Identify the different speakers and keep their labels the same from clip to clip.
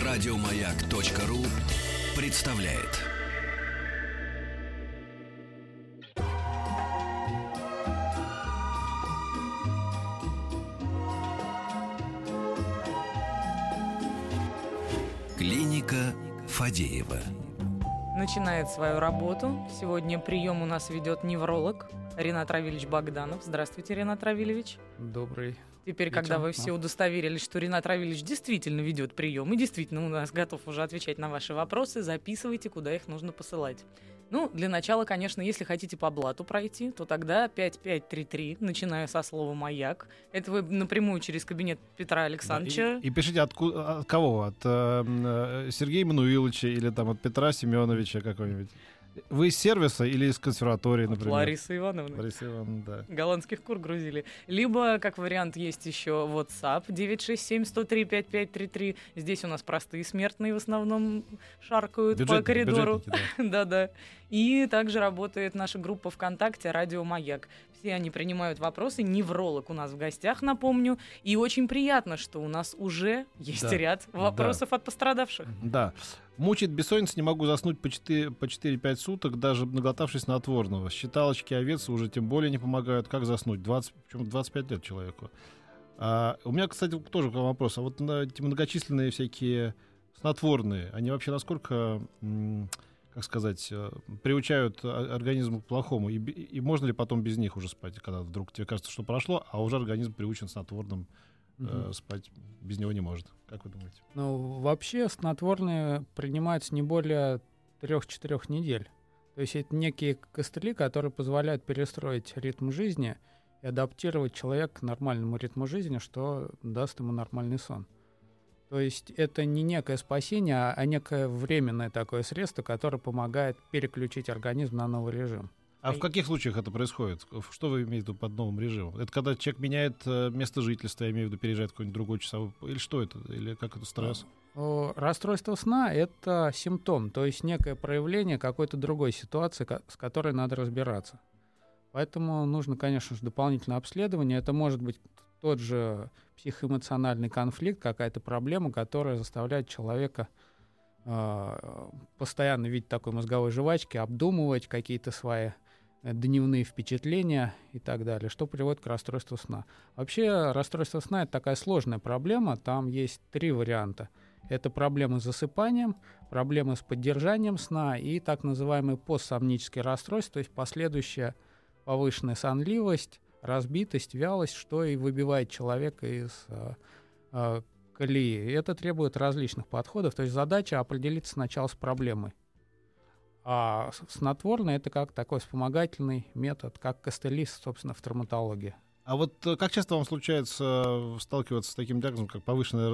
Speaker 1: Радиомаяк.ру представляет. Клиника Фадеева
Speaker 2: начинает свою работу. Сегодня прием у нас ведет невролог Ринат Равильевич Богданов. Здравствуйте, Ринат Равильевич.
Speaker 3: Добрый.
Speaker 2: Теперь, вечер, когда вы все удостоверились, что Ринат Равильевич действительно ведет прием и действительно у нас готов уже отвечать на ваши вопросы, записывайте, куда их нужно посылать. Ну, для начала, конечно, если хотите по блату пройти, то тогда 5533, начиная со слова «Маяк». Это вы напрямую через кабинет Петра Александровича.
Speaker 3: Да, и пишите от кого? От Сергея Мануиловича или там от Петра Семеновича какой-нибудь? Вы из сервиса или из консерватории, например?
Speaker 2: Лариса Ивановна.
Speaker 3: Лариса Ивановна, да.
Speaker 2: Голландских кур грузили. Либо, как вариант, есть еще WhatsApp 967-103-5533. Здесь у нас простые смертные в основном шаркают по коридору. Да-да. И также работает наша группа ВКонтакте «Радио Маяк». Все они принимают вопросы. Невролог у нас в гостях, напомню. И очень приятно, что у нас уже есть ряд вопросов от пострадавших.
Speaker 3: Да. Мучает бессонница, не могу заснуть по 4-5 суток, даже наглотавшись снотворного. Считалочки овец уже тем более не помогают. Как заснуть? 25 лет человеку. У меня, кстати, тоже вопрос. А вот эти многочисленные всякие снотворные, они вообще насколько, как сказать, приучают организм к плохому? И можно ли потом без них уже спать, когда вдруг тебе кажется, что прошло, а уже организм приучен снотворным? Спать без него не может. Как вы думаете?
Speaker 4: Ну, вообще снотворные принимаются не более 3-4 недель. То есть это некие костыли, которые позволяют перестроить ритм жизни и адаптировать человека к нормальному ритму жизни, что даст ему нормальный сон. То есть это не некое спасение, а некое временное такое средство, которое помогает переключить организм на новый режим.
Speaker 3: А в каких случаях это происходит? Что вы имеете в виду под новым режимом? Это когда человек меняет место жительства, я имею в виду, переезжает в какой-нибудь другой часовой... Или что это? Или как это стресс?
Speaker 4: Расстройство сна — это симптом, то есть некое проявление какой-то другой ситуации, с которой надо разбираться. Поэтому нужно, конечно же, дополнительное обследование. Это может быть тот же психоэмоциональный конфликт, какая-то проблема, которая заставляет человека постоянно видеть такой мозговой жвачки, обдумывать какие-то свои дневные впечатления и так далее, что приводит к расстройству сна. Вообще, расстройство сна — это такая сложная проблема. Там есть 3 варианта. Это проблемы с засыпанием, проблемы с поддержанием сна и так называемый постсомнический расстройство, то есть последующая повышенная сонливость, разбитость, вялость, что и выбивает человека из колеи. Это требует различных подходов. То есть задача определиться сначала с проблемой. А снотворное — это как такой вспомогательный метод, как костыли, собственно, в травматологии.
Speaker 3: А вот как часто вам случается сталкиваться с таким диагнозом, как повышенная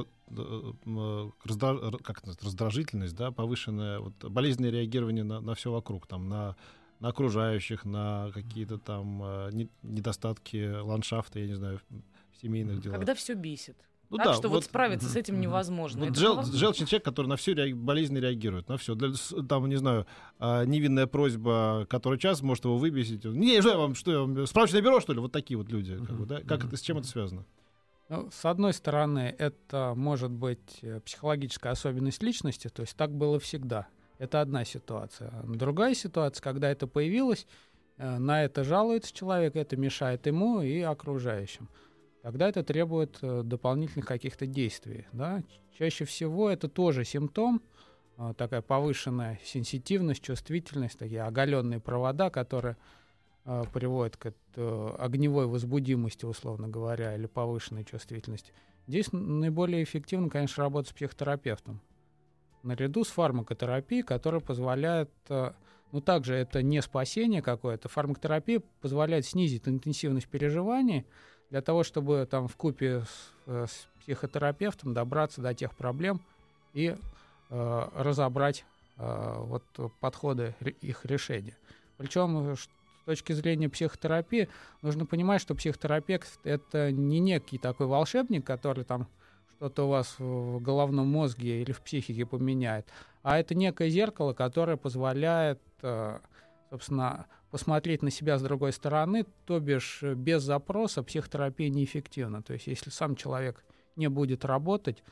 Speaker 3: раздражительность, да, повышенное болезненное реагирование на все вокруг, там, на окружающих, на какие-то там недостатки ландшафта, я не знаю, в семейных делах?
Speaker 2: Когда все бесит.
Speaker 3: Ну
Speaker 2: так
Speaker 3: да,
Speaker 2: что справиться с этим невозможно.
Speaker 3: Желчный человек, который на все болезненно реагирует, на все. Там, не знаю, невинная просьба, которая час может его выбесить. Не, что я вам справочное бюро, что ли? Вот такие вот люди. С чем это связано?
Speaker 4: Ну, с одной стороны, это может быть психологическая особенность личности, то есть так было всегда. Это одна ситуация. Другая ситуация, когда это появилось, на это жалуется человек, это мешает ему и окружающим. Тогда это требует дополнительных каких-то действий. Да? Чаще всего это тоже симптом, такая повышенная сенситивность, чувствительность, такие оголенные провода, которые приводят к огневой возбудимости, условно говоря, или повышенной чувствительности. Здесь наиболее эффективно, конечно, работать с психотерапевтом. Наряду с фармакотерапией, которая позволяет... также это не спасение какое-то. Фармакотерапия позволяет снизить интенсивность переживаний, для того, чтобы там вкупе с психотерапевтом добраться до тех проблем и разобрать подходы их решения. Причем с точки зрения психотерапии нужно понимать, что психотерапевт — это не некий такой волшебник, который там что-то у вас в головном мозге или в психике поменяет, а это некое зеркало, которое позволяет, собственно, посмотреть на себя с другой стороны, то бишь без запроса психотерапия неэффективна. То есть если сам человек не будет работать,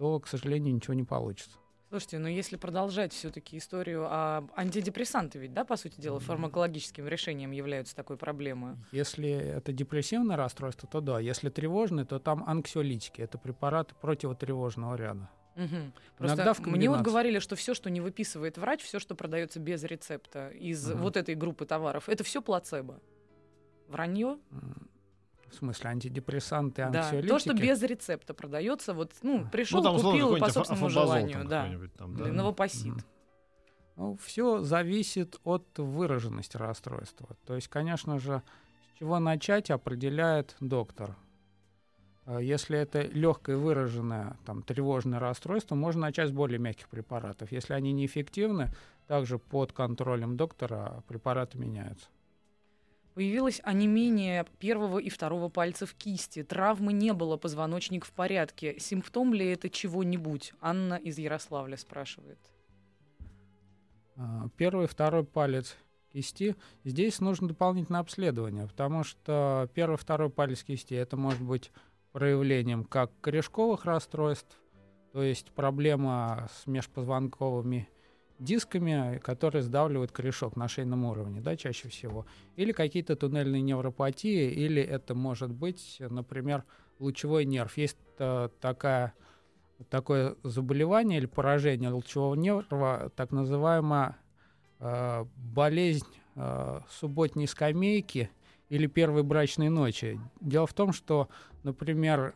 Speaker 4: то, к сожалению, ничего не получится.
Speaker 2: Слушайте, но если продолжать все-таки историю, антидепрессанты ведь, да, по сути дела, фармакологическим решением являются такой проблемой?
Speaker 4: Если это депрессивное расстройство, то да. Если тревожное, то там анксиолитики. Это препараты противотревожного ряда.
Speaker 2: Угу.
Speaker 4: Иногда
Speaker 2: Просто мне вот говорили, что все, что не выписывает врач, все, что продается без рецепта из вот этой группы товаров, это все плацебо. Вранье?
Speaker 4: В смысле, антидепрессанты,
Speaker 2: да,
Speaker 4: анксиолитики?
Speaker 2: то, что без рецепта продается, вот, пришел,
Speaker 3: там,
Speaker 2: купил по собственному желанию, да.
Speaker 3: Там,
Speaker 2: Или новопосит.
Speaker 4: Все зависит от выраженности расстройства. То есть, конечно же, с чего начать, определяет доктор. Если это легкое выраженное тревожное расстройство, можно начать с более мягких препаратов. Если они неэффективны, также под контролем доктора препараты меняются.
Speaker 2: Появилось онемение первого и второго пальцев кисти. Травмы не было, позвоночник в порядке. Симптом ли это чего-нибудь? Анна из Ярославля спрашивает.
Speaker 4: Первый и второй палец кисти. Здесь нужно дополнительное обследование, потому что первый и второй палец кисти это может быть проявлением как корешковых расстройств, то есть проблема с межпозвонковыми дисками, которые сдавливают корешок на шейном уровне, да, чаще всего, или какие-то туннельные невропатии, или это может быть, например, лучевой нерв. Есть такое заболевание или поражение лучевого нерва, так называемая болезнь субботней скамейки или первой брачной ночи. Дело в том, что, например,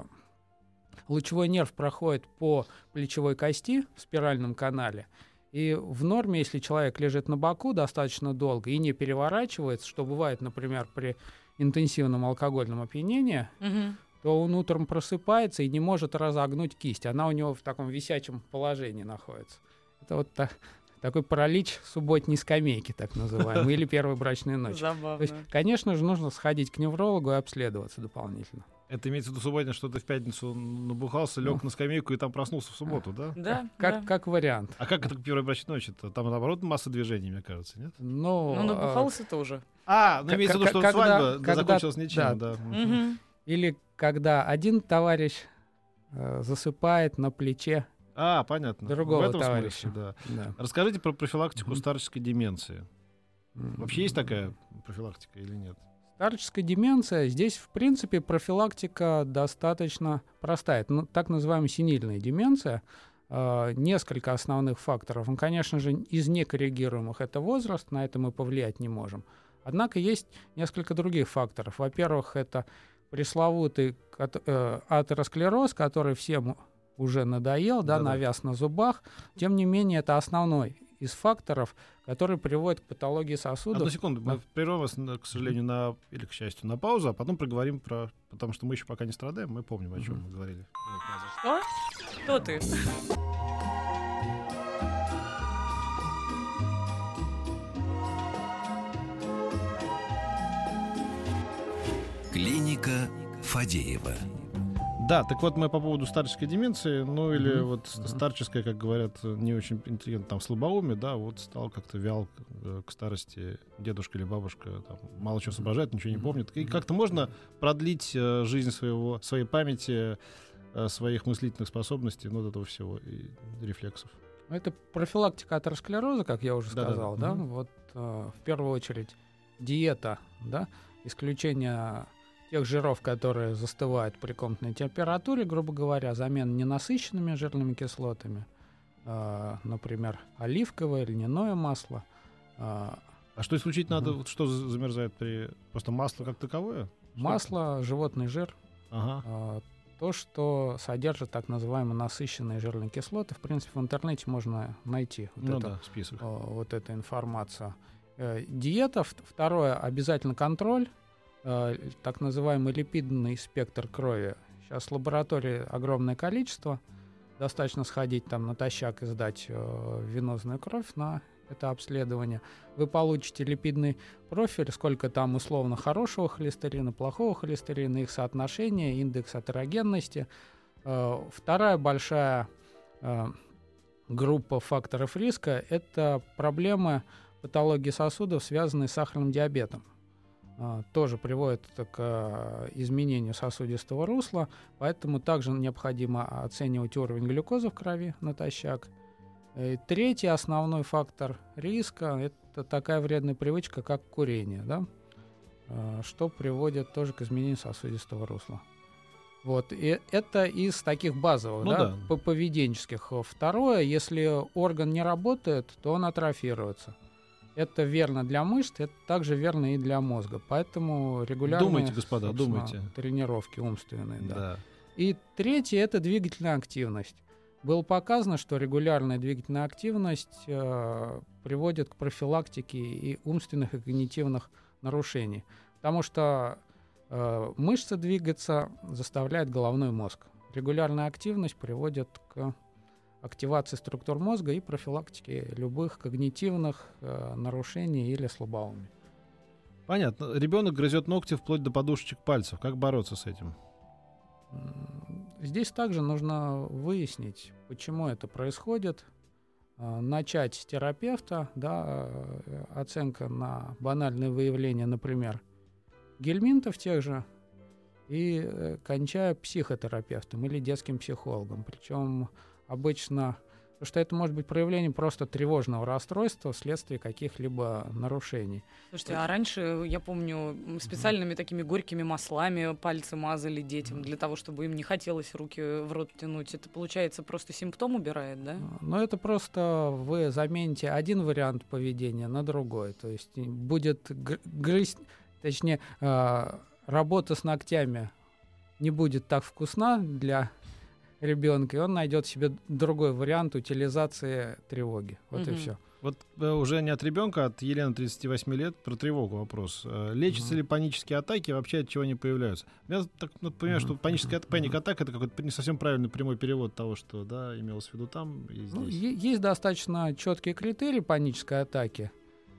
Speaker 4: лучевой нерв проходит по плечевой кости в спиральном канале, и в норме, если человек лежит на боку достаточно долго и не переворачивается, что бывает, например, при интенсивном алкогольном опьянении, то он утром просыпается и не может разогнуть кисть. Она у него в таком висячем положении находится. Это вот такой паралич субботней скамейки, так называемый, или первой брачной ночи.
Speaker 2: Забавно.
Speaker 4: То есть, конечно же, нужно сходить к неврологу и обследоваться дополнительно.
Speaker 3: Это имеется в виду субботня, что ты в пятницу набухался, лег на скамейку и там проснулся в субботу, да?
Speaker 2: Да.
Speaker 4: Как вариант.
Speaker 3: А как это к первой брачной ночи-то? Там, наоборот, масса движений, мне кажется, нет?
Speaker 2: Набухался тоже.
Speaker 3: Имеется в виду, что свадьба закончилась ничем, да.
Speaker 4: Или когда один товарищ засыпает на плече
Speaker 3: понятно.
Speaker 4: Другого
Speaker 3: в этом
Speaker 4: товарища.
Speaker 3: Смысле, да. Расскажите про профилактику старческой деменции. Вообще есть такая профилактика или нет?
Speaker 4: Старческая деменция, здесь, в принципе, профилактика достаточно простая. Так называемая сенильная деменция. Несколько основных факторов. Конечно же, из некоррегируемых это возраст, на это мы повлиять не можем. Однако есть несколько других факторов. Во-первых, это пресловутый атеросклероз, который всем уже надоел, навяз на зубах. Тем не менее, это основной из факторов, который приводит к патологии сосудов.
Speaker 3: Одну секунду, мы прервем вас, к сожалению, или к счастью, на паузу, а потом проговорим потому что мы еще пока не страдаем, мы помним, о чем мы говорили.
Speaker 2: Что? Кто ты?
Speaker 1: Клиника Фадеева.
Speaker 3: Да, так вот мы по поводу старческой деменции, или старческая, как говорят, не очень интеллигентно, слабоумие, стал как-то вял к старости дедушка или бабушка, мало чего соображает, ничего не помнит. И как-то можно продлить жизнь своей памяти, своих мыслительных способностей, этого всего и рефлексов.
Speaker 4: Это профилактика атеросклероза, как я уже сказал, да? В первую очередь диета, исключение тех жиров, которые застывают при комнатной температуре, грубо говоря, замена ненасыщенными жирными кислотами, например, оливковое, льняное масло.
Speaker 3: А что исключить надо? Что замерзает просто масло как таковое?
Speaker 4: Масло, животный жир. То, что содержит так называемые насыщенные жирные кислоты. В принципе, в интернете можно найти
Speaker 3: список.
Speaker 4: Эту информацию. Диета. Второе, обязательно контроль. Так называемый липидный спектр крови. Сейчас в лаборатории огромное количество. Достаточно сходить натощак и сдать венозную кровь на это обследование. Вы получите липидный профиль, сколько там условно хорошего холестерина, плохого холестерина, их соотношение, индекс атерогенности. Вторая большая группа факторов риска – это проблемы патологии сосудов, связанные с сахарным диабетом. тоже приводит к изменению сосудистого русла, поэтому также необходимо оценивать уровень глюкозы в крови натощак. И третий основной фактор риска – это такая вредная привычка, как курение, да? Что приводит тоже к изменению сосудистого русла. Вот. И это из таких базовых, поведенческих. Второе, если орган не работает, то он атрофируется. Это верно для мышц, это также верно и для мозга. Поэтому регулярные
Speaker 3: думайте, господа, думайте.
Speaker 4: Тренировки умственные.
Speaker 3: Да.
Speaker 4: И третье – это двигательная активность. Было показано, что регулярная двигательная активность приводит к профилактике и умственных, и когнитивных нарушений. Потому что мышцы двигаться заставляет головной мозг. Регулярная активность приводит к активации структур мозга и профилактике любых когнитивных нарушений или слабоумия.
Speaker 3: Понятно. Ребенок грызет ногти вплоть до подушечек пальцев. Как бороться с этим?
Speaker 4: Здесь также нужно выяснить, почему это происходит. Начать с терапевта, оценка на банальное выявление, например, гельминтов тех же, и кончая психотерапевтом или детским психологом. Причем обычно, потому что это может быть проявление просто тревожного расстройства вследствие каких-либо нарушений.
Speaker 2: Слушайте, а раньше, я помню, специальными такими горькими маслами пальцы мазали детям для того, чтобы им не хотелось руки в рот тянуть. Это, получается, просто симптом убирает, да?
Speaker 4: Но это просто вы замените один вариант поведения на другой. То есть будет грызть, точнее, работа с ногтями не будет так вкусна для ребенка, и он найдет себе другой вариант утилизации тревоги. Вот и все.
Speaker 3: Вот уже не от ребенка, а от Елены, 38 лет, про тревогу вопрос. Лечатся ли панические атаки, вообще от чего они появляются? Я так понимаю, что паническая паник-атака — это какой-то не совсем правильный прямой перевод того, что имелось в виду там и здесь.
Speaker 4: Есть достаточно четкие критерии панической атаки.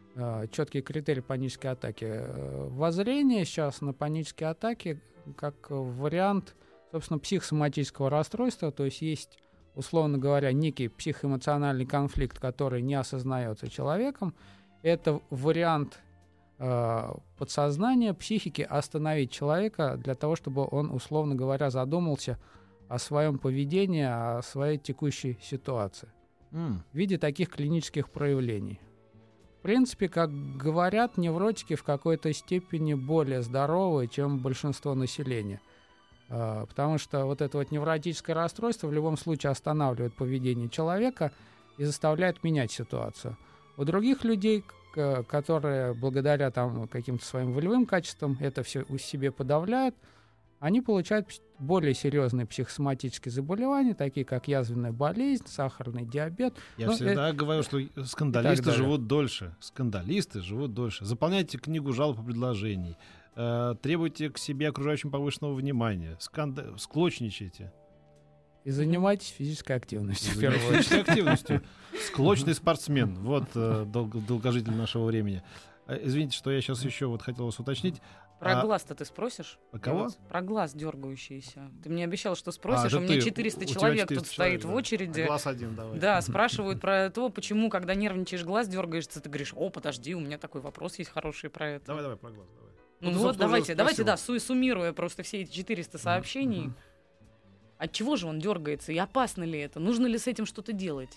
Speaker 4: Воззрение сейчас на панические атаки как вариант, собственно, психосоматического расстройства, то есть, условно говоря, некий психоэмоциональный конфликт, который не осознается человеком. Это вариант подсознания, психики остановить человека для того, чтобы он, условно говоря, задумался о своем поведении, о своей текущей ситуации в виде таких клинических проявлений. В принципе, как говорят, невротики в какой-то степени более здоровы, чем большинство населения. Потому что вот это вот невротическое расстройство в любом случае останавливает поведение человека и заставляет менять ситуацию. У других людей, которые благодаря каким-то своим волевым качествам это все у себе подавляют, они получают более серьезные психосоматические заболевания, такие как язвенная болезнь, сахарный диабет.
Speaker 3: Я всегда говорю, что скандалисты живут дольше. Заполняйте книгу жалоб и предложений. Требуйте к себе окружающим повышенного внимания. Склочничайте.
Speaker 4: И занимайтесь физической активностью. Физической
Speaker 3: активностью. Склочный спортсмен. Вот долгожитель нашего времени. Извините, что я сейчас еще хотел вас уточнить.
Speaker 2: Про глаз-то ты спросишь?
Speaker 3: Кого?
Speaker 2: Про глаз дергающийся. Ты мне обещал, что спросишь, у меня 400 человек тут стоит в очереди.
Speaker 3: Глаз один давай.
Speaker 2: Да, спрашивают про то, почему, когда нервничаешь, глаз дергаешься, ты говоришь: о, подожди, у меня такой вопрос есть хороший про это.
Speaker 3: Давай про глаз, давай.
Speaker 2: Давайте, суммируя просто все эти 400 сообщений. От чего же он дергается? И опасно ли это? Нужно ли с этим что-то делать?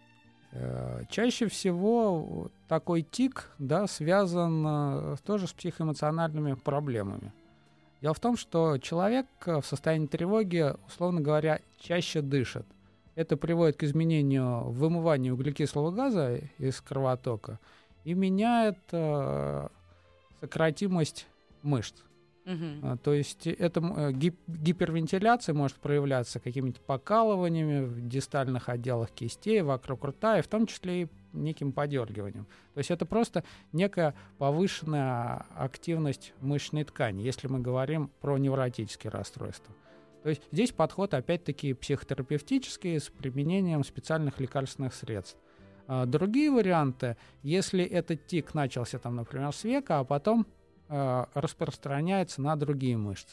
Speaker 4: Чаще всего такой тик связан тоже с психоэмоциональными проблемами. Дело в том, что человек в состоянии тревоги, условно говоря, чаще дышит. Это приводит к изменению вымывания углекислого газа из кровотока и меняет сократимость мышц. То есть это гипервентиляция может проявляться какими-то покалываниями в дистальных отделах кистей, вокруг рта, и в том числе и неким подергиванием. То есть это просто некая повышенная активность мышечной ткани, если мы говорим про невротические расстройства. То есть здесь подход опять-таки психотерапевтический с применением специальных лекарственных средств. Другие варианты, если этот тик начался, например, с века, а потом распространяется на другие мышцы.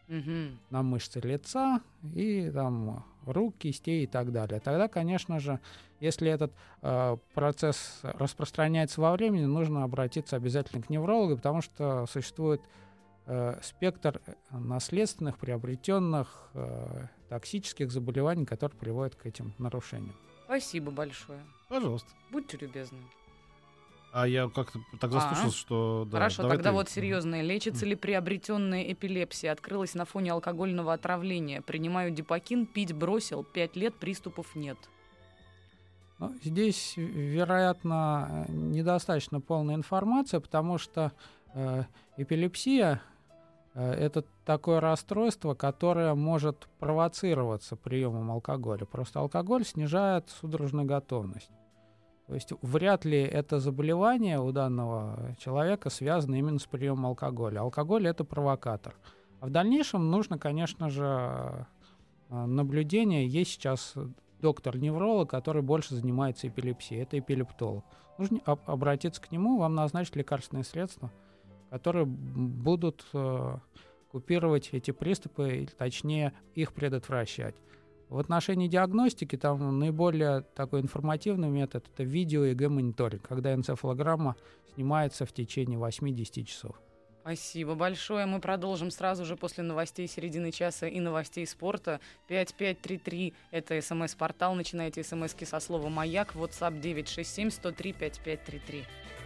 Speaker 4: на мышцы лица и там рук, кистей и так далее. Тогда, конечно же, если этот процесс распространяется во времени, нужно обратиться обязательно к неврологу, потому что существует спектр наследственных, приобретенных токсических заболеваний, которые приводят к этим нарушениям.
Speaker 2: Спасибо большое.
Speaker 3: Пожалуйста.
Speaker 2: Будьте любезны.
Speaker 3: А я как-то так заслушался, что... Да,
Speaker 2: хорошо, тогда вот серьезное. Лечится ли приобретенная эпилепсия? Открылась на фоне алкогольного отравления. Принимаю дипокин, пить бросил. 5 лет, приступов нет.
Speaker 4: Ну, здесь, вероятно, недостаточно полная информация, потому что эпилепсия это такое расстройство, которое может провоцироваться приемом алкоголя. Просто алкоголь снижает судорожную готовность. То есть вряд ли это заболевание у данного человека связано именно с приемом алкоголя. Алкоголь — это провокатор. А в дальнейшем нужно, конечно же, наблюдение. Есть сейчас доктор-невролог, который больше занимается эпилепсией. Это эпилептолог. Нужно обратиться к нему, вам назначат лекарственные средства, которые будут купировать эти приступы, точнее, их предотвращать. В отношении диагностики там наиболее такой информативный метод — это видео-ЭГ-мониторинг, когда энцефалограмма снимается в течение 8-10 часов.
Speaker 2: Спасибо большое. Мы продолжим сразу же после новостей середины часа и новостей спорта. 5533 — это СМС-портал. Начинайте СМСки со слова «Маяк». WhatsApp 967-103-5533.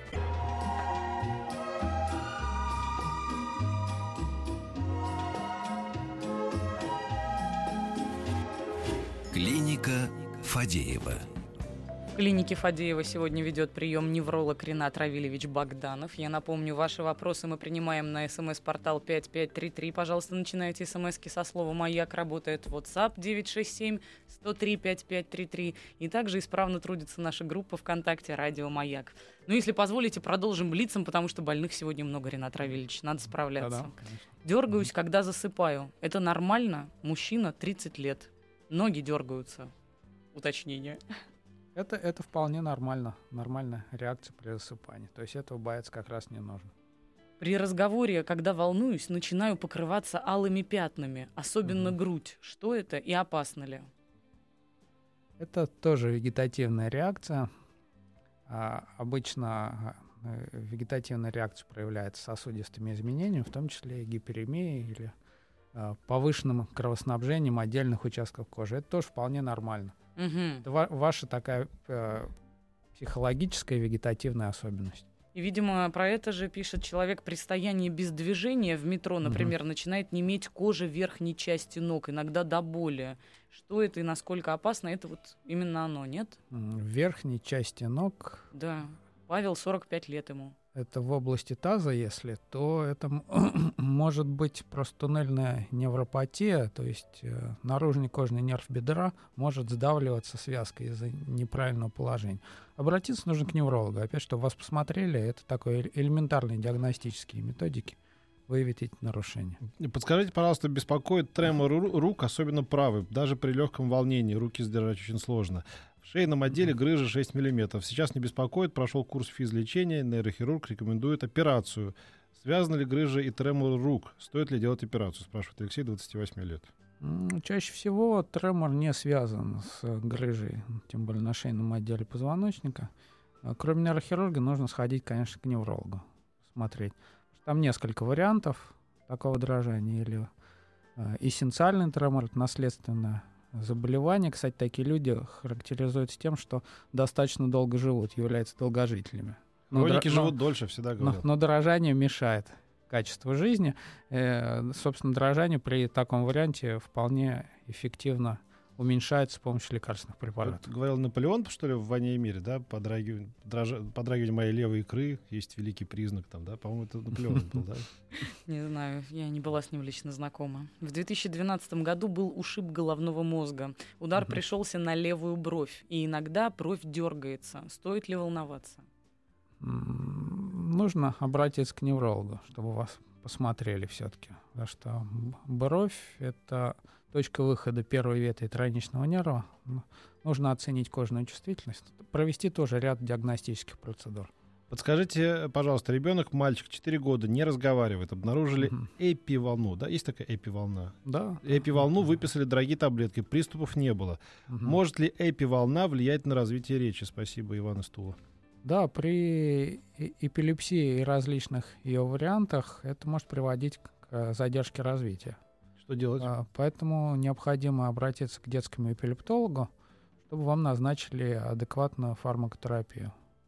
Speaker 1: Клиника Фадеева.
Speaker 2: В клинике Фадеева сегодня ведет прием невролог Ринат Равильевич Богданов. Я напомню, ваши вопросы мы принимаем на СМС-портал 5533. Пожалуйста, начинайте СМСки со слова «Маяк». Работает WhatsApp 967-103-5533. И также исправно трудится наша группа ВКонтакте «Радио Маяк». Ну, если позволите, продолжим блицем, потому что больных сегодня много, Ринат Равильевич. Надо справляться.
Speaker 4: Да,
Speaker 2: Дергаюсь, когда засыпаю. Это нормально? Мужчина, 30 лет. Ноги дергаются. Уточнение.
Speaker 4: Это вполне нормально. Нормальная реакция при засыпании. То есть этого бояться как раз не нужно.
Speaker 2: При разговоре, когда волнуюсь, начинаю покрываться алыми пятнами, особенно грудь. Что это и опасно ли?
Speaker 4: Это тоже вегетативная реакция. Обычно вегетативная реакция проявляется сосудистыми изменениями, в том числе и гиперемией или повышенным кровоснабжением отдельных участков кожи. Это тоже вполне нормально. Это ваша такая психологическая вегетативная особенность.
Speaker 2: И, видимо, про это же пишет человек: при стоянии без движения в метро, например, начинает неметь кожа верхней части ног, иногда до боли. Что это и насколько опасно? Это вот именно оно, нет?
Speaker 4: В верхней части ног...
Speaker 2: Да. Павел, 45 лет ему.
Speaker 4: Это в области таза, если, то это может быть просто туннельная невропатия, то есть наружный кожный нерв бедра может сдавливаться связкой из-за неправильного положения. Обратиться нужно к неврологу. Опять, чтобы вас посмотрели, это такой элементарные диагностические методики выявить эти нарушения.
Speaker 3: Подскажите, пожалуйста, беспокоит тремор рук, особенно правый. Даже при легком волнении руки сдержать очень сложно. В шейном отделе грыжа 6 мм. Сейчас не беспокоит, прошел курс физлечения, нейрохирург рекомендует операцию. Связаны ли грыжа и тремор рук? Стоит ли делать операцию? Спрашивает Алексей, 28 лет.
Speaker 4: Чаще всего тремор не связан с грыжей, тем более на шейном отделе позвоночника. Кроме нейрохирурга нужно сходить, конечно, к неврологу, смотреть. Там несколько вариантов такого дрожания. Или эссенциальный тремор, это наследственное заболевание. Кстати, такие люди характеризуются тем, что достаточно долго живут, являются долгожителями.
Speaker 3: Хроники живут дольше, всегда говорят.
Speaker 4: Но дрожание мешает качеству жизни. Собственно, дрожание при таком варианте вполне эффективно уменьшается с помощью лекарственных препаратов.
Speaker 3: Вот говорил Наполеон, что ли, в «Войне и мире», да, подрагивание моей левой икры есть великий признак, там, да, по-моему, это Наполеон был, да?
Speaker 2: Не знаю, я не была с ним лично знакома. В 2012 году был ушиб головного мозга. Удар пришелся на левую бровь, и иногда бровь дергается. Стоит ли волноваться?
Speaker 4: Нужно обратиться к неврологу, чтобы вас посмотрели все-таки, потому что бровь — это точка выхода первой ветви тройничного нерва. Нужно оценить кожную чувствительность, провести тоже ряд диагностических процедур.
Speaker 3: Подскажите, пожалуйста, ребенок, мальчик, 4 года, не разговаривает. Обнаружили эпиволну. Да, есть такая эпиволна?
Speaker 4: Да.
Speaker 3: Эпиволну выписали дорогие таблетки. Приступов не было. Может ли эпиволна влиять на развитие речи? Спасибо, Иван из Тула.
Speaker 4: Да, при эпилепсии и различных ее вариантах это может приводить к задержке развития.
Speaker 3: Что делать?
Speaker 4: Поэтому необходимо обратиться к детскому эпилептологу, чтобы вам назначили адекватную фармакотерапию.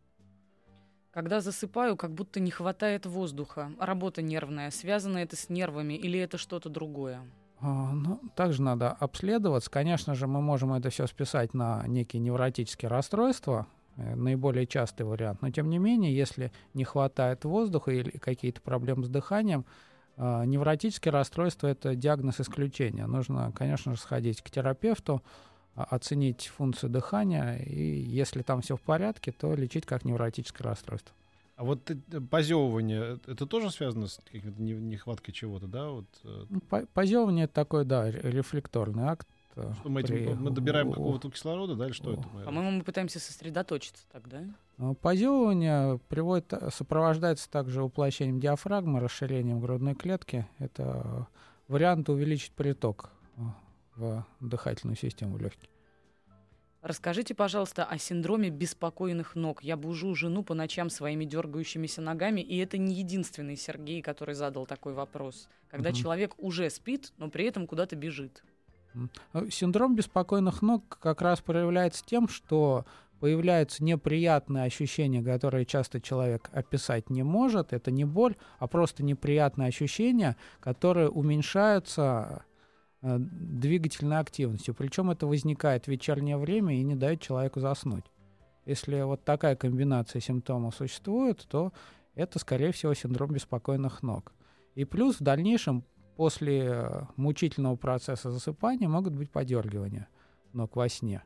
Speaker 2: Когда засыпаю, как будто не хватает воздуха. Работа нервная. Связано это с нервами или это что-то другое?
Speaker 4: Также надо обследоваться. Конечно же, мы можем это все списать на некие невротические расстройства, наиболее частый вариант. Но, тем не менее, если не хватает воздуха или какие-то проблемы с дыханием, невротические расстройства — это диагноз исключения. Нужно, конечно же, сходить к терапевту, оценить функцию дыхания, и если там все в порядке, то лечить как невротическое расстройство.
Speaker 3: А вот позевывание, это тоже связано с какой-то нехваткой чего-то, да?
Speaker 4: Позевывание — это такой, да, рефлекторный акт.
Speaker 3: Что мы добираем какого-то кислорода, да, или что это?
Speaker 2: По-моему, мы пытаемся сосредоточиться так, да?
Speaker 4: Позевывание сопровождается также уплощением диафрагмы, расширением грудной клетки. Это вариант увеличить приток в дыхательную систему легких.
Speaker 2: Расскажите, пожалуйста, о синдроме беспокойных ног. Я бужу жену по ночам своими дергающимися ногами, и это не единственный Сергей, который задал такой вопрос. Когда человек уже спит, но при этом куда-то бежит.
Speaker 4: Синдром беспокойных ног как раз проявляется тем, что появляются неприятные ощущения, которые часто человек описать не может. Это не боль, а просто неприятные ощущения, которые уменьшаются двигательной активностью. Причем это возникает в вечернее время и не дает человеку заснуть. Если вот такая комбинация симптомов существует, то это, скорее всего, синдром беспокойных ног. И плюс в дальнейшем, после мучительного процесса засыпания, могут быть подергивания ног во сне.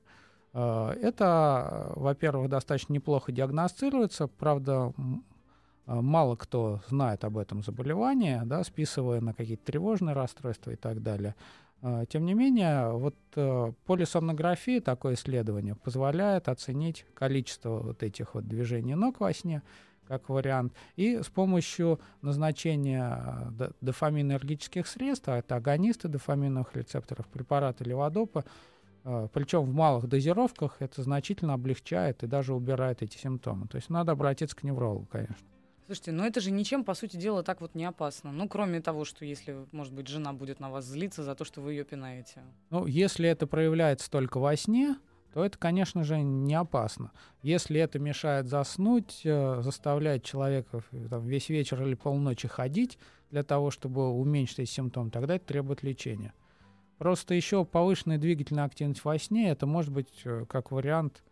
Speaker 4: Это, во-первых, достаточно неплохо диагностируется. Правда, мало кто знает об этом заболевании, да, списывая на какие-то тревожные расстройства и так далее. Тем не менее, вот полисомнография, такое исследование, позволяет оценить количество вот этих вот движений ног во сне, как вариант, и с помощью назначения дофаминергических средств, а это агонисты дофаминовых рецепторов, препараты леводопа, причем в малых дозировках, это значительно облегчает и даже убирает эти симптомы. То есть надо обратиться к неврологу, конечно.
Speaker 2: Слушайте, но это же ничем, по сути дела, так вот не опасно. Ну, кроме того, что если, может быть, жена будет на вас злиться за то, что вы ее пинаете.
Speaker 4: Ну, если это проявляется только во сне, то это, конечно же, не опасно. Если это мешает заснуть, заставляет человека там, весь вечер или полночи ходить для того, чтобы уменьшить эти симптомы, тогда это требует лечения. Просто еще повышенная двигательная активность во сне, это может быть как вариант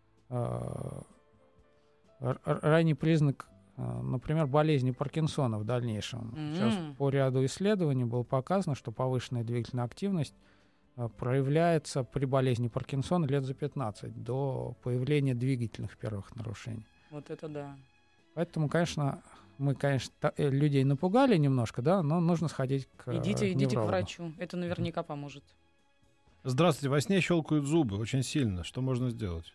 Speaker 4: ранний признак, например, болезни Паркинсона в дальнейшем. Сейчас по ряду исследований было показано, что повышенная двигательная активность проявляется при болезни Паркинсона лет за 15 до появления двигательных первых нарушений.
Speaker 2: Вот это да.
Speaker 4: Поэтому, конечно, мы, людей напугали немножко, да, но нужно сходить к
Speaker 2: Идите к врачу, это наверняка поможет.
Speaker 3: Здравствуйте, во сне щелкают зубы очень сильно. Что можно сделать?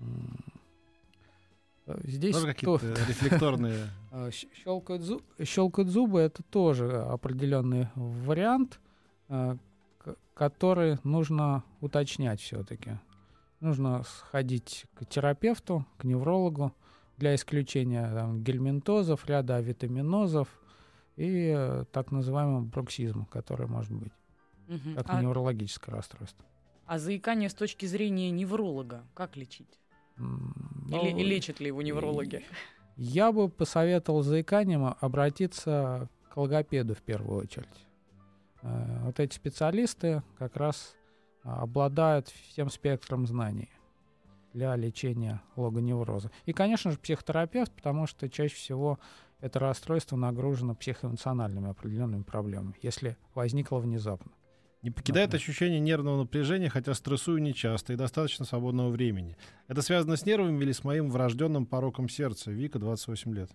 Speaker 4: Здесь
Speaker 3: тоже какие-то рефлекторные...
Speaker 4: Щелкают зубы — это тоже определенный вариант, который нужно уточнять все-таки. Нужно сходить к терапевту, к неврологу для исключения гельминтозов, ряда авитаминозов и так называемого бруксизма, который может быть как неврологическое расстройство.
Speaker 2: А заикание с точки зрения невролога как лечить? Или лечат ли его неврологи?
Speaker 4: Я бы посоветовал с заиканием обратиться к логопеду в первую очередь. Вот эти специалисты как раз обладают всем спектром знаний для лечения логоневроза. И, конечно же, психотерапевт, потому что чаще всего это расстройство нагружено психоэмоциональными определенными проблемами, если возникло внезапно.
Speaker 3: Не покидает ощущение нервного напряжения, хотя стрессую нечасто и достаточно свободного времени. Это связано с нервами или с моим врожденным пороком сердца? Вика, 28 лет.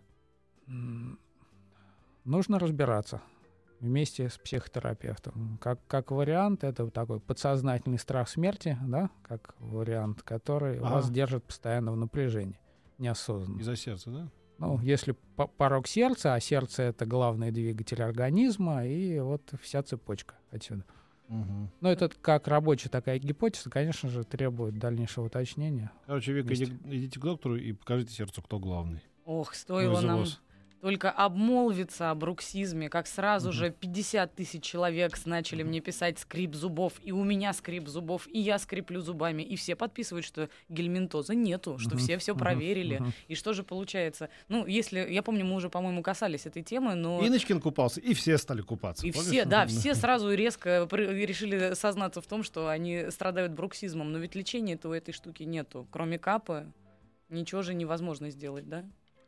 Speaker 4: Нужно разбираться вместе с психотерапевтом. Как вариант, это такой подсознательный страх смерти, да, как вариант, который вас держит постоянно в напряжении, неосознанно.
Speaker 3: Из-за сердца, да?
Speaker 4: Ну, если порог сердца, а сердце — это главный двигатель организма, и вот вся цепочка отсюда.
Speaker 3: Угу.
Speaker 4: Но это как рабочая такая гипотеза, конечно же, требует дальнейшего уточнения.
Speaker 3: Короче, Вика, идите к доктору и покажите сердцу, кто главный.
Speaker 2: Ох, стоило нам только обмолвиться о бруксизме, как сразу же 50 тысяч человек начали мне писать скрип зубов, и у меня скрип зубов, и я скриплю зубами, и все подписывают, что гельминтоза нету, что все проверили. И что же получается? Ну, если, я помню, мы уже, по-моему, касались этой темы, но...
Speaker 3: Инночкин купался, и все стали купаться.
Speaker 2: И все, да, все сразу резко решили сознаться в том, что они страдают бруксизмом, но ведь лечения-то у этой штуки нету. Кроме капы ничего же невозможно сделать, да?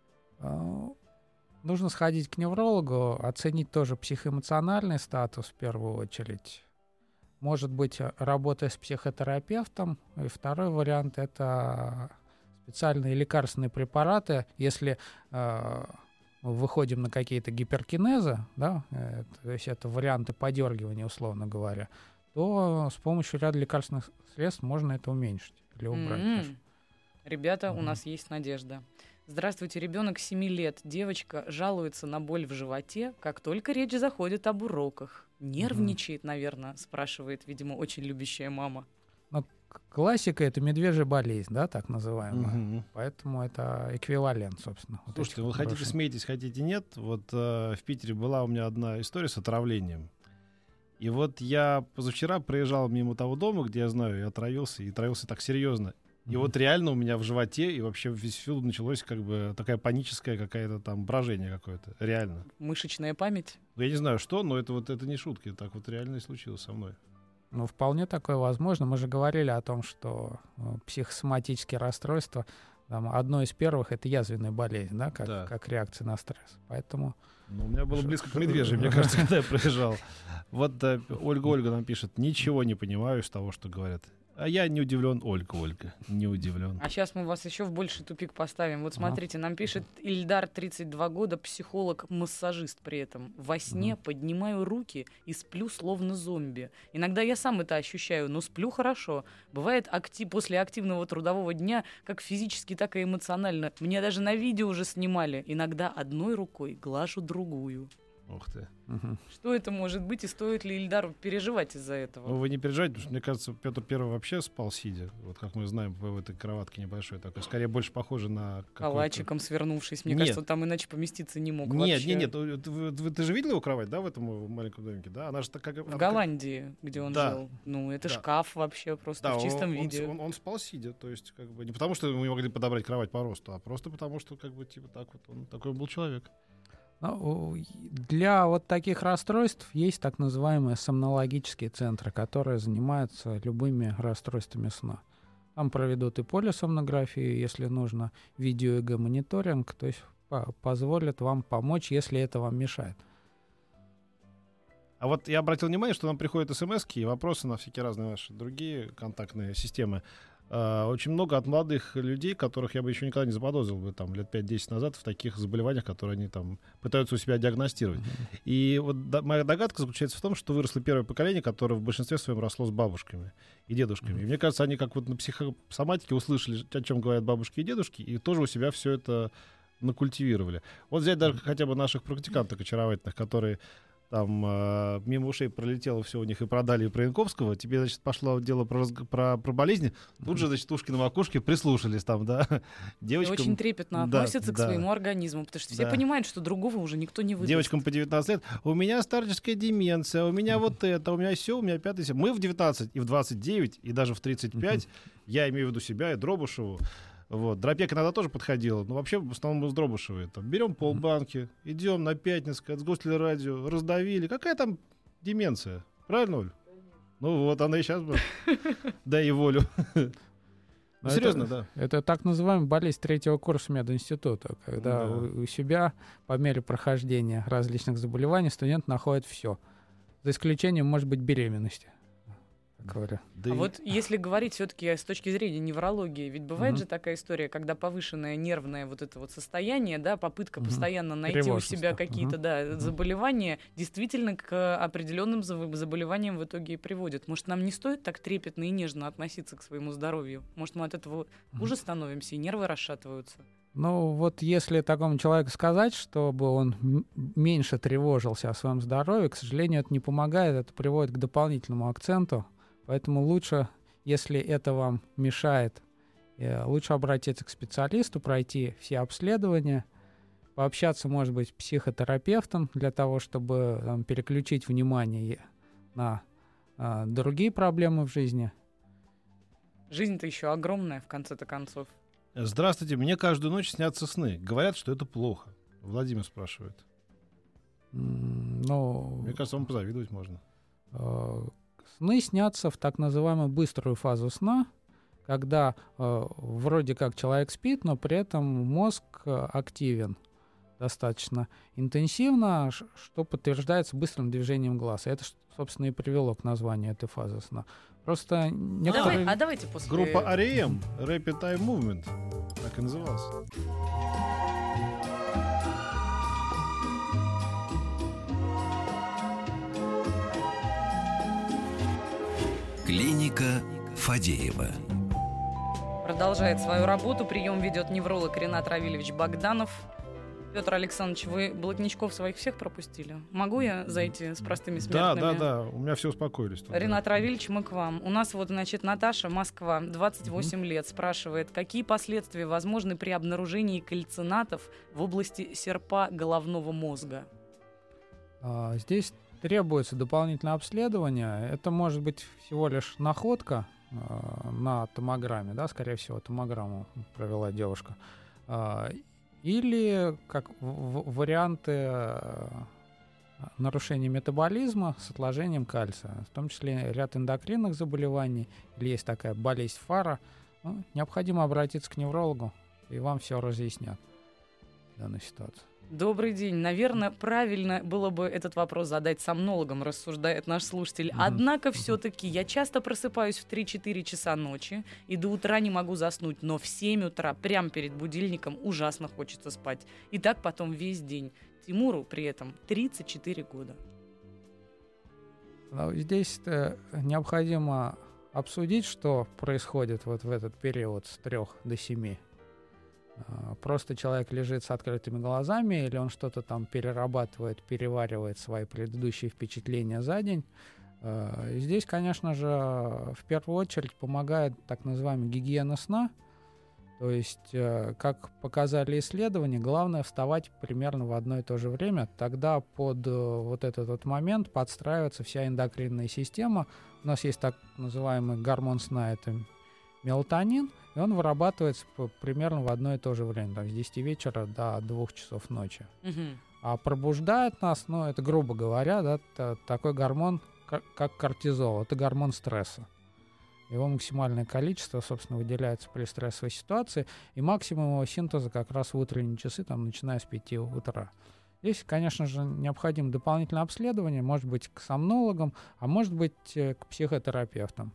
Speaker 4: Нужно сходить к неврологу, оценить тоже психоэмоциональный статус в первую очередь. Может быть, работая с психотерапевтом. И второй вариант — это специальные лекарственные препараты. Если мы выходим на какие-то гиперкинезы, да, то есть это варианты подергивания, условно говоря, то с помощью ряда лекарственных средств можно это уменьшить или убрать.
Speaker 2: Ребята, у нас есть надежда. Здравствуйте, ребенок 7 лет. Девочка жалуется на боль в животе, как только речь заходит об уроках. Нервничает, наверное, спрашивает, видимо, очень любящая мама.
Speaker 4: Ну, классика — это медвежья болезнь, да, так называемая. Поэтому это эквивалент, собственно.
Speaker 3: Слушайте, вы хотите смейтесь, хотите нет. Вот в Питере была у меня одна история с отравлением. И вот я позавчера проезжал мимо того дома, где я знаю, и отравился так серьезно. И вот реально у меня в животе и вообще всюду началось как бы такая паническая какая-то там брожение какое-то. Реально.
Speaker 2: Мышечная память?
Speaker 3: Ну, я не знаю, что, но это не шутки. Так вот реально и случилось со мной.
Speaker 4: Ну, вполне такое возможно. Мы же говорили о том, что психосоматические расстройства, там, одно из первых — это язвенная болезнь, да, как реакция на стресс. Поэтому...
Speaker 3: Ну, у меня было близко к медвежью, мне кажется, когда я проезжал. Вот Ольга нам пишет: ничего не понимаю из того, что говорят. А я не удивлен, Ольга, не удивлен.
Speaker 2: А сейчас мы вас еще в больший тупик поставим. Вот смотрите, нам пишет Ильдар, 32 года, психолог-массажист при этом. Во сне поднимаю руки и сплю словно зомби. Иногда я сам это ощущаю, но сплю хорошо. Бывает после активного трудового дня, как физически, так и эмоционально. Меня даже на видео уже снимали. Иногда одной рукой глажу другую.
Speaker 3: Ух ты.
Speaker 2: Что это может быть, и стоит ли Ильдару переживать из-за этого?
Speaker 3: Ну, вы не переживайте, потому что, мне кажется, Петр Первый вообще спал сидя. Вот как мы знаем, в этой кроватке небольшой такой. Скорее, больше похоже на...
Speaker 2: Калачиком свернувшись. Мне кажется, он там иначе поместиться не мог
Speaker 3: нет,
Speaker 2: вообще.
Speaker 3: Нет. Ты же видел его кровать, да, в этом маленьком домике? Да? Она же так, как...
Speaker 2: В Голландии, где он жил. Ну, это шкаф вообще просто в чистом виде.
Speaker 3: Он спал сидя, то есть как бы не потому, что мы могли подобрать кровать по росту, а просто потому, что как бы типа так вот он такой был человек.
Speaker 4: Ну, для вот таких расстройств есть так называемые сомнологические центры, которые занимаются любыми расстройствами сна. Там проведут и полисомнографию, если нужно, видео-ЭГ-мониторинг, то есть позволят вам помочь, если это вам мешает.
Speaker 3: А вот я обратил внимание, что нам приходят смс-ки и вопросы на всякие разные наши другие контактные системы. Очень много от молодых людей, которых я бы еще никогда не заподозрил бы там лет 5-10 назад в таких заболеваниях, которые они там пытаются у себя диагностировать. И вот моя догадка заключается в том, что выросло первое поколение, которое в большинстве своем росло с бабушками и дедушками. И мне кажется, они как вот на психосоматике услышали, о чем говорят бабушки и дедушки, и тоже у себя все это накультивировали. Вот взять даже хотя бы наших практиканток очаровательных, которые там мимо ушей пролетело все у них и продали и про Янковского. Теперь, значит, пошло дело про болезни. Тут же, значит, ушки на макушке прислушались там, да.
Speaker 2: Девочкам... И очень трепетно относятся к своему организму, потому что все понимают, что другого уже никто не выдаст.
Speaker 3: Девочкам по 19 лет: у меня старческая деменция, у меня вот это, у меня все, у меня 5-7. Мы в 19 и в 29, и даже в 35, я имею в виду себя и Дробышеву. Вот. Дропек иногда тоже подходила, но вообще в основном мы с Дробышевой. Там, берем полбанки, идем на Пятницкое, от Гостелерадио, раздавили. Какая там деменция? Правильно, Оль? Ну вот, она и сейчас была. Дай ей волю. Серьезно, да.
Speaker 4: Это так называемая болезнь третьего курса мединститута, когда у себя по мере прохождения различных заболеваний студент находит все. За исключением, может быть, беременности. Говоря.
Speaker 2: А вот если говорить все-таки с точки зрения неврологии, ведь бывает же такая история, когда повышенное нервное вот это вот состояние, да, попытка постоянно найти у себя какие-то заболевания, действительно к определенным заболеваниям в итоге и приводит. Может, нам не стоит так трепетно и нежно относиться к своему здоровью? Может, мы от этого хуже становимся и нервы расшатываются?
Speaker 4: Ну, вот если такому человеку сказать, чтобы он меньше тревожился о своем здоровье, к сожалению, это не помогает, это приводит к дополнительному акценту. Поэтому лучше, если это вам мешает, лучше обратиться к специалисту, пройти все обследования, пообщаться, может быть, с психотерапевтом для того, чтобы там, переключить внимание на другие проблемы в жизни.
Speaker 2: Жизнь-то еще огромная, в конце-то концов.
Speaker 3: Здравствуйте, мне каждую ночь снятся сны. Говорят, что это плохо. Владимир спрашивает.
Speaker 4: Ну,
Speaker 3: Мне кажется, вам позавидовать можно.
Speaker 4: Сны снятся в так называемую быструю фазу сна, когда вроде как человек спит, но при этом мозг активен достаточно интенсивно, что подтверждается быстрым движением глаз. И это, собственно, и привело к названию этой фазы сна. Просто некоторые...
Speaker 2: Давайте после...
Speaker 3: Группа R.E.M. Rapid Eye Movement. Так и называлась.
Speaker 1: Клиника Фадеева.
Speaker 2: Продолжает свою работу. Прием ведет невролог Ренат Равильевич Богданов. Петр Александрович, вы блатничков своих всех пропустили? Могу я зайти с простыми смертными?
Speaker 3: Да. У меня все успокоились. Тут,
Speaker 2: Ренат Равильевич, мы к вам. У нас вот, значит, Наташа, Москва, 28 лет, спрашивает, какие последствия возможны при обнаружении кальцинатов в области серпа головного мозга?
Speaker 4: Здесь требуется дополнительное обследование. Это может быть всего лишь находка на томограмме, да, скорее всего, томограмму провела девушка. Или как варианты нарушения метаболизма с отложением кальция, в том числе ряд эндокринных заболеваний, или есть такая болезнь Фара. Ну, необходимо обратиться к неврологу, и вам все разъяснят в данной ситуации.
Speaker 2: Добрый день. Наверное, правильно было бы этот вопрос задать сомнологам, рассуждает наш слушатель. Однако все-таки я часто просыпаюсь в 3-4 часа ночи и до утра не могу заснуть, но в 7 утра, прямо перед будильником, ужасно хочется спать. И так потом весь день. Тимуру при этом 34 года.
Speaker 4: Здесь необходимо обсудить, что происходит вот в этот период с 3 до 7. Просто человек лежит с открытыми глазами, или он что-то там перерабатывает, переваривает свои предыдущие впечатления за день. Здесь, конечно же, в первую очередь помогает так называемая гигиена сна. То есть, как показали исследования, главное вставать примерно в одно и то же время. Тогда под вот этот вот момент подстраивается вся эндокринная система. У нас есть так называемый гормон сна, это мелатонин, и он вырабатывается примерно в одно и то же время, там, с 10 вечера до 2 часов ночи. А пробуждает нас, ну, это грубо говоря, да, такой гормон, как кортизол, это гормон стресса. Его максимальное количество, собственно, выделяется при стрессовой ситуации, и максимум его синтеза как раз в утренние часы, там, начиная с 5 утра. Здесь, конечно же, необходимо дополнительное обследование, может быть, к сомнологам, а может быть, к психотерапевтам.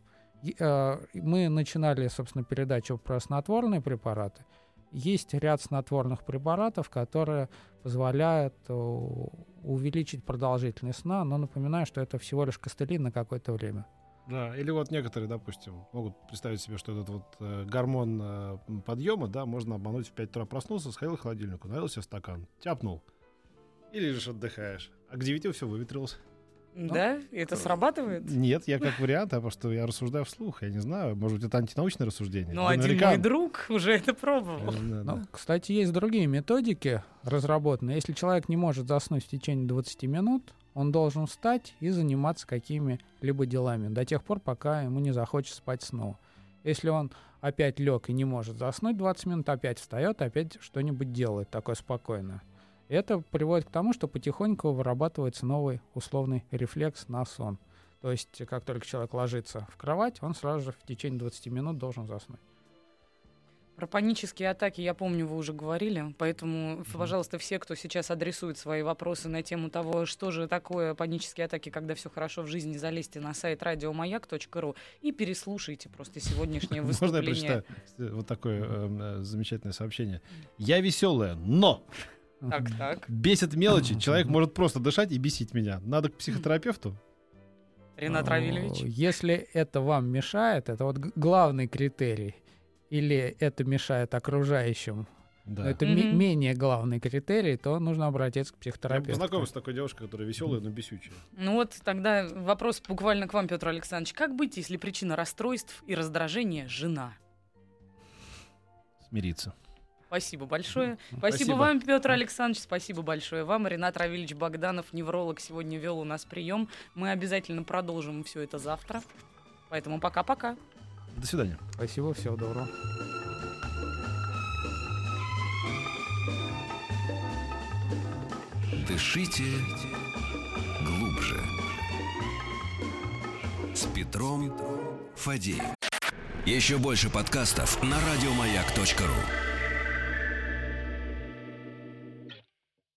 Speaker 4: Мы начинали, собственно, передачу про снотворные препараты. Есть ряд снотворных препаратов, которые позволяют увеличить продолжительность сна, но напоминаю, что это всего лишь костыли на какое-то время.
Speaker 3: Да, или вот некоторые, допустим, могут представить себе, что этот вот гормон подъема, да, можно обмануть в 5 утра проснулся, сходил к холодильнику, налил себе стакан, тяпнул, и лежишь, отдыхаешь. А к 9 все выветрилось.
Speaker 2: Да? Это срабатывает?
Speaker 3: Нет, я как вариант, а просто я рассуждаю вслух. Я не знаю, может быть, это антинаучное рассуждение.
Speaker 2: Ну, один мой друг уже это пробовал.
Speaker 4: Ну, кстати, есть другие методики разработанные. Если человек не может заснуть в течение 20 минут, он должен встать и заниматься какими-либо делами до тех пор, пока ему не захочется спать снова. Если он опять лег и не может заснуть 20 минут, опять встает, опять что-нибудь делает такое спокойное. И это приводит к тому, что потихоньку вырабатывается новый условный рефлекс на сон. То есть, как только человек ложится в кровать, он сразу же в течение 20 минут должен заснуть.
Speaker 2: Про панические атаки, я помню, вы уже говорили, поэтому, пожалуйста, все, кто сейчас адресует свои вопросы на тему того, что же такое панические атаки, когда все хорошо в жизни, залезьте на сайт радиомаяк.ру и переслушайте просто сегодняшнее выступление.
Speaker 3: Можно я прочитаю вот такое замечательное сообщение? Я веселая, но...
Speaker 2: Так.
Speaker 3: Бесит мелочи. Человек может просто дышать и бесить меня. Надо к психотерапевту?
Speaker 2: Ренат Равильевич.
Speaker 4: Если это вам мешает, это вот главный критерий. Или это мешает окружающим
Speaker 3: Да.
Speaker 4: но это менее главный критерий, то нужно обратиться к
Speaker 3: Я
Speaker 4: психотерапевту.
Speaker 3: познакомился с такой девушкой, которая веселая, но бесючая.
Speaker 2: Ну вот тогда вопрос буквально к вам, Петр Александрович. Как быть, если причина расстройств и раздражения — жена?
Speaker 3: Смириться.
Speaker 2: Спасибо большое.
Speaker 3: Спасибо.
Speaker 2: Спасибо вам, Петр Александрович. Спасибо большое вам. Ринат Равильевич Богданов, невролог, сегодня вел у нас прием. Мы обязательно продолжим все это завтра. Поэтому пока-пока.
Speaker 3: До свидания.
Speaker 4: Спасибо, всего доброго.
Speaker 1: Дышите глубже. С Петром Фадеевым. Еще больше подкастов на радиомаяк.ру.